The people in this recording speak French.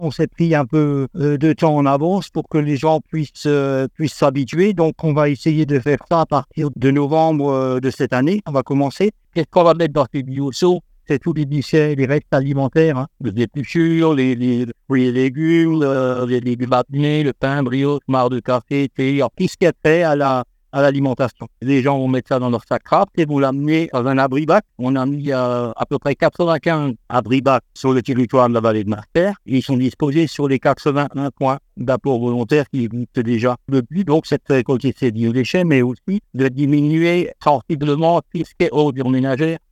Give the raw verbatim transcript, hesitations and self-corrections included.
On s'est pris un peu euh, de temps en avance pour que les gens puissent euh, puissent s'habituer. Donc, on va essayer de faire ça à partir de novembre euh, de cette année. On va commencer. Qu'est-ce qu'on va mettre dans ces bioseaux? C'est tous les déchets, les restes alimentaires, hein, les épluchures, les, les fruits et légumes, euh, les légumes abîmés, le pain, brioche, marc de café, thé, alors, tout ce qui est fait à la à l'alimentation. Les gens vont mettre ça dans leur sac craft et vont l'amener dans un abri-bac. On a mis euh, à peu près quatre-vingt-quinze abri-bacs sur le territoire de la vallée de Marterre. Ils sont disposés sur les quatre-vingt-un points d'apport volontaire qui existent déjà. Le but, donc, c'est de récolter ces biodéchets, mais aussi de diminuer sensiblement tout ce qui est ordures ménagères